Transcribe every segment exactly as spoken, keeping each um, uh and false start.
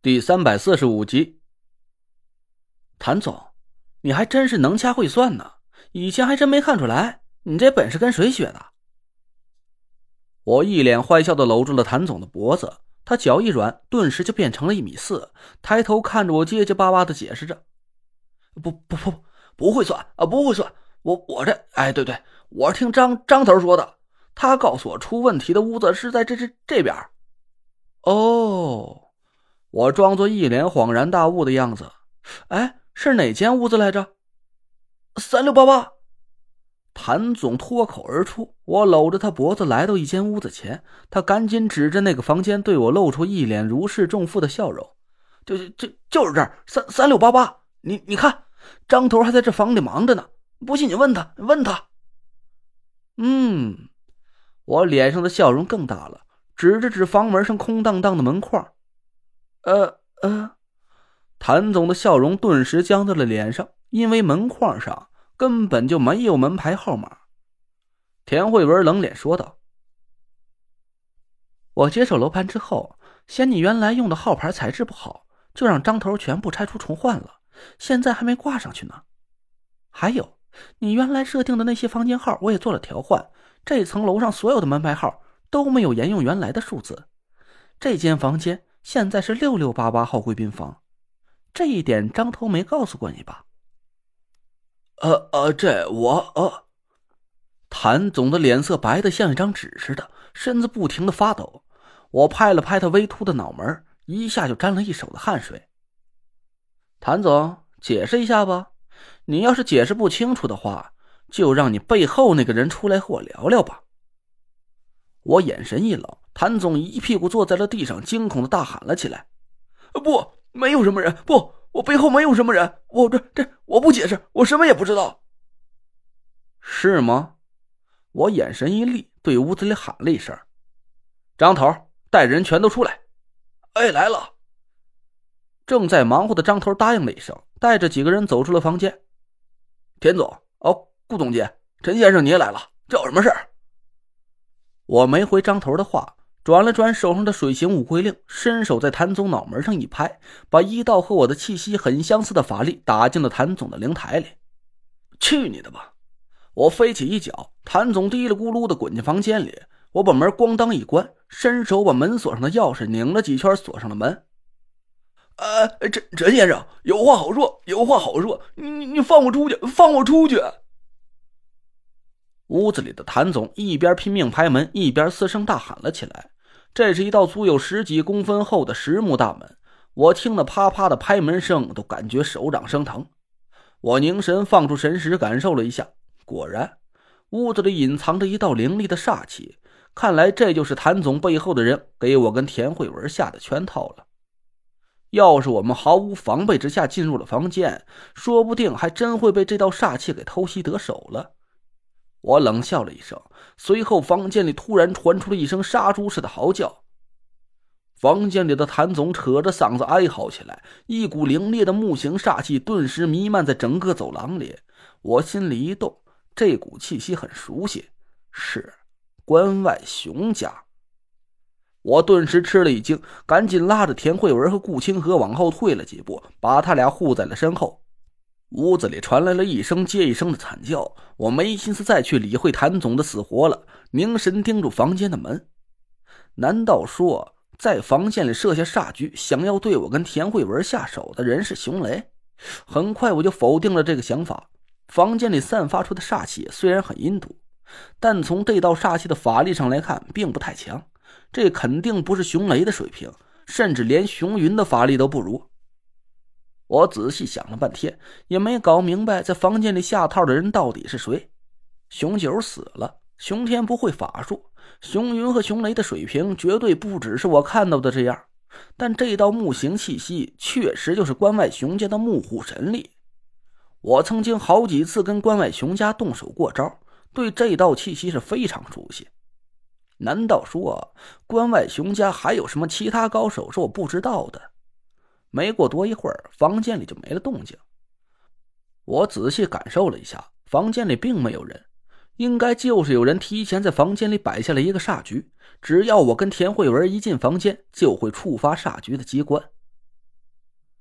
第三百四十五集。谭总，你还真是能掐会算呢，以前还真没看出来，你这本事跟谁学的？我一脸坏笑的搂住了谭总的脖子，他脚一软，顿时就变成了一米四，抬头看着我结结巴巴的解释着：不不不不会算啊，不会算，我我这哎对对，我是听张张头说的，他告诉我出问题的屋子是在这这这边。哦。我装作一脸恍然大悟的样子，哎，是哪间屋子来着？三六八八。谭总脱口而出，我搂着他脖子来到一间屋子前，他赶紧指着那个房间对我露出一脸如释重负的笑容。就就就是这儿，三三六八八，你你看，张头还在这房里忙着呢，不信你问他，问他。嗯，我脸上的笑容更大了，指着指房门上空荡荡的门框。呃呃，谭总的笑容顿时僵在了脸上，因为门框上根本就没有门牌号码。田慧文冷脸说道：我接手楼盘之后，嫌你原来用的号牌材质不好，就让张头全部拆除重换了，现在还没挂上去呢。还有，你原来设定的那些房间号我也做了调换，这层楼上所有的门牌号都没有沿用原来的数字。这间房间现在是六六八八号贵宾房，这一点张头没告诉过你吧？呃呃，这我呃……谭总的脸色白得像一张纸似的，身子不停地发抖。我拍了拍他微秃的脑门，一下就沾了一手的汗水。谭总，解释一下吧，你要是解释不清楚的话，就让你背后那个人出来和我聊聊吧。我眼神一冷，谭总一屁股坐在了地上，惊恐地大喊了起来：不，没有什么人，不，我背后没有什么人，我这这我不解释，我什么也不知道。是吗？我眼神一厉，对屋子里喊了一声：张头，带人全都出来。哎，来了。正在忙活的张头答应了一声，带着几个人走出了房间。田总，哦，顾总监，陈先生你也来了，这有什么事儿？我没回张头的话，转了转手上的水形五龟令，伸手在谭总脑门上一拍，把一道和我的气息很相似的法力打进了谭总的灵台里。去你的吧！我飞起一脚，谭总嘀里咕噜的滚进房间里，我把门咣当一关，伸手把门锁上的钥匙拧了几圈，锁上了门。呃，陈陈先生，有话好说，有话好说，你你你放我出去，放我出去！屋子里的谭总一边拼命拍门，一边嘶声大喊了起来。这是一道足有十几公分厚的实木大门，我听得啪啪的拍门声都感觉手掌生疼。我凝神放出神识感受了一下，果然屋子里隐藏着一道凌厉的煞气，看来这就是谭总背后的人给我跟田慧文下的圈套了。要是我们毫无防备之下进入了房间，说不定还真会被这道煞气给偷袭得手了。我冷笑了一声，随后房间里突然传出了一声杀猪似的嚎叫。房间里的谭总扯着嗓子哀嚎起来，一股凌冽的木形煞气顿时弥漫在整个走廊里。我心里一动，这股气息很熟悉，是关外熊家。我顿时吃了一惊，赶紧拉着田慧文和顾清河往后退了几步，把他俩护在了身后。屋子里传来了一声接一声的惨叫，我没心思再去理会谭总的死活了，凝神盯住房间的门。难道说在房间里设下煞局，想要对我跟田慧文下手的人是熊雷？很快我就否定了这个想法。房间里散发出的煞气虽然很阴毒，但从这道煞气的法力上来看并不太强，这肯定不是熊雷的水平，甚至连熊云的法力都不如。我仔细想了半天，也没搞明白在房间里下套的人到底是谁。熊九死了，熊天不会法术，熊云和熊雷的水平绝对不只是我看到的这样，但这道木形气息确实就是关外熊家的木虎神力。我曾经好几次跟关外熊家动手过招，对这道气息是非常熟悉。难道说关外熊家还有什么其他高手是我不知道的？没过多一会儿，房间里就没了动静。我仔细感受了一下，房间里并没有人，应该就是有人提前在房间里摆下了一个煞局，只要我跟田慧文一进房间，就会触发煞局的机关。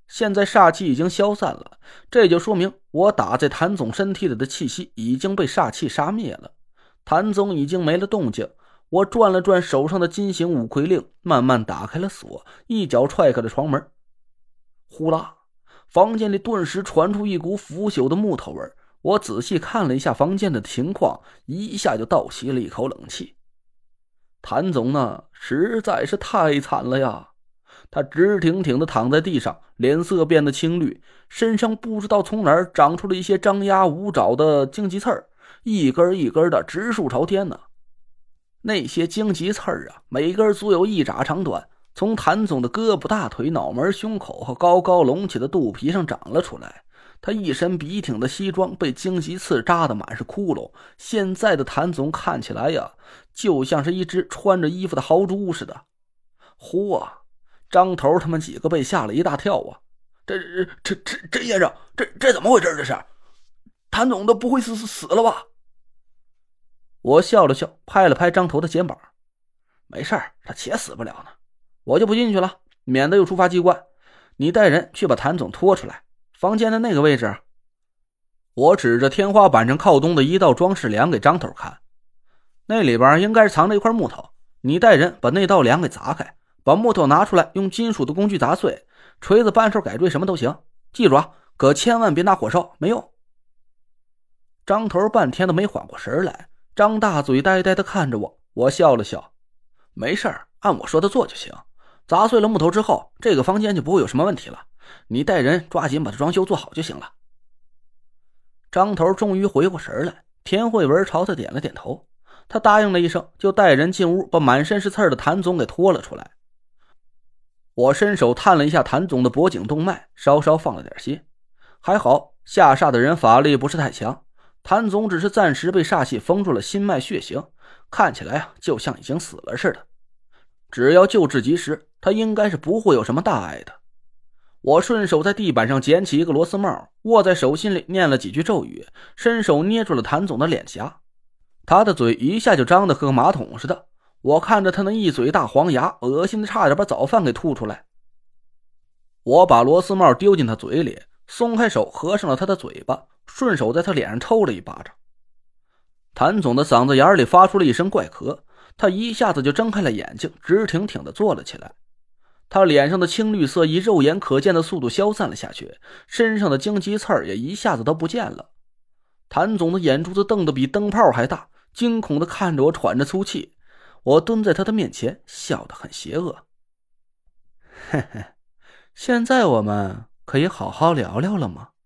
现在煞气已经消散了，这就说明我打在谭总身体里的气息已经被煞气杀灭了。谭总已经没了动静，我转了转手上的金型五魁令，慢慢打开了锁，一脚踹开了床门。呼啦，房间里顿时传出一股腐朽的木头味。我仔细看了一下房间的情况，一下就倒吸了一口冷气。谭总呢，实在是太惨了呀！他直挺挺地躺在地上，脸色变得青绿，身上不知道从哪儿长出了一些张牙舞爪的荆棘刺儿，一根一根的直竖朝天呢。那些荆棘刺儿啊，每根足有一拃长短，从谭总的胳膊、大腿、脑门、胸口和高高隆起的肚皮上长了出来。他一身笔挺的西装被荆棘刺扎得满是窟窿，现在的谭总看起来呀，就像是一只穿着衣服的豪猪似的。嚯！张头他们几个被吓了一大跳啊！这这这这先生，这这怎么回事？这是谭总都不会死死死了吧？我笑了笑，拍了拍张头的肩膀，没事儿，他且死不了呢。我就不进去了，免得又触发机关。你带人去把谭总拖出来，房间的那个位置。我指着天花板上靠东的一道装饰梁给张头看，那里边应该是藏着一块木头，你带人把那道梁给砸开，把木头拿出来，用金属的工具砸碎，锤子、扳手、改锥什么都行，记住啊，可千万别拿火烧，没用。张头半天都没缓过神来，张大嘴呆呆地看着我。我笑了笑，没事儿，按我说的做就行。砸碎了木头之后，这个房间就不会有什么问题了，你带人抓紧把它装修做好就行了。张头终于回过神来，田慧文朝他点了点头，他答应了一声，就带人进屋，把满身是刺的谭总给拖了出来。我伸手探了一下谭总的脖颈动脉，稍稍放了点心。还好下煞的人法力不是太强，谭总只是暂时被煞气封住了心脉血行，看起来啊就像已经死了似的。只要救治及时，他应该是不会有什么大碍的。我顺手在地板上捡起一个螺丝帽，握在手心里念了几句咒语，伸手捏住了谭总的脸颊。他的嘴一下就张得和马桶似的，我看着他那一嘴大黄牙，恶心的差点把早饭给吐出来。我把螺丝帽丢进他嘴里，松开手合上了他的嘴巴，顺手在他脸上抽了一巴掌。谭总的嗓子眼里发出了一声怪咳，他一下子就睁开了眼睛，直挺挺地坐了起来。他脸上的青绿色以肉眼可见的速度消散了下去，身上的荆棘刺儿也一下子都不见了。谭总的眼珠子瞪得比灯泡还大，惊恐地看着我喘着粗气。我蹲在他的面前，笑得很邪恶。嘿嘿，现在我们可以好好聊聊了吗？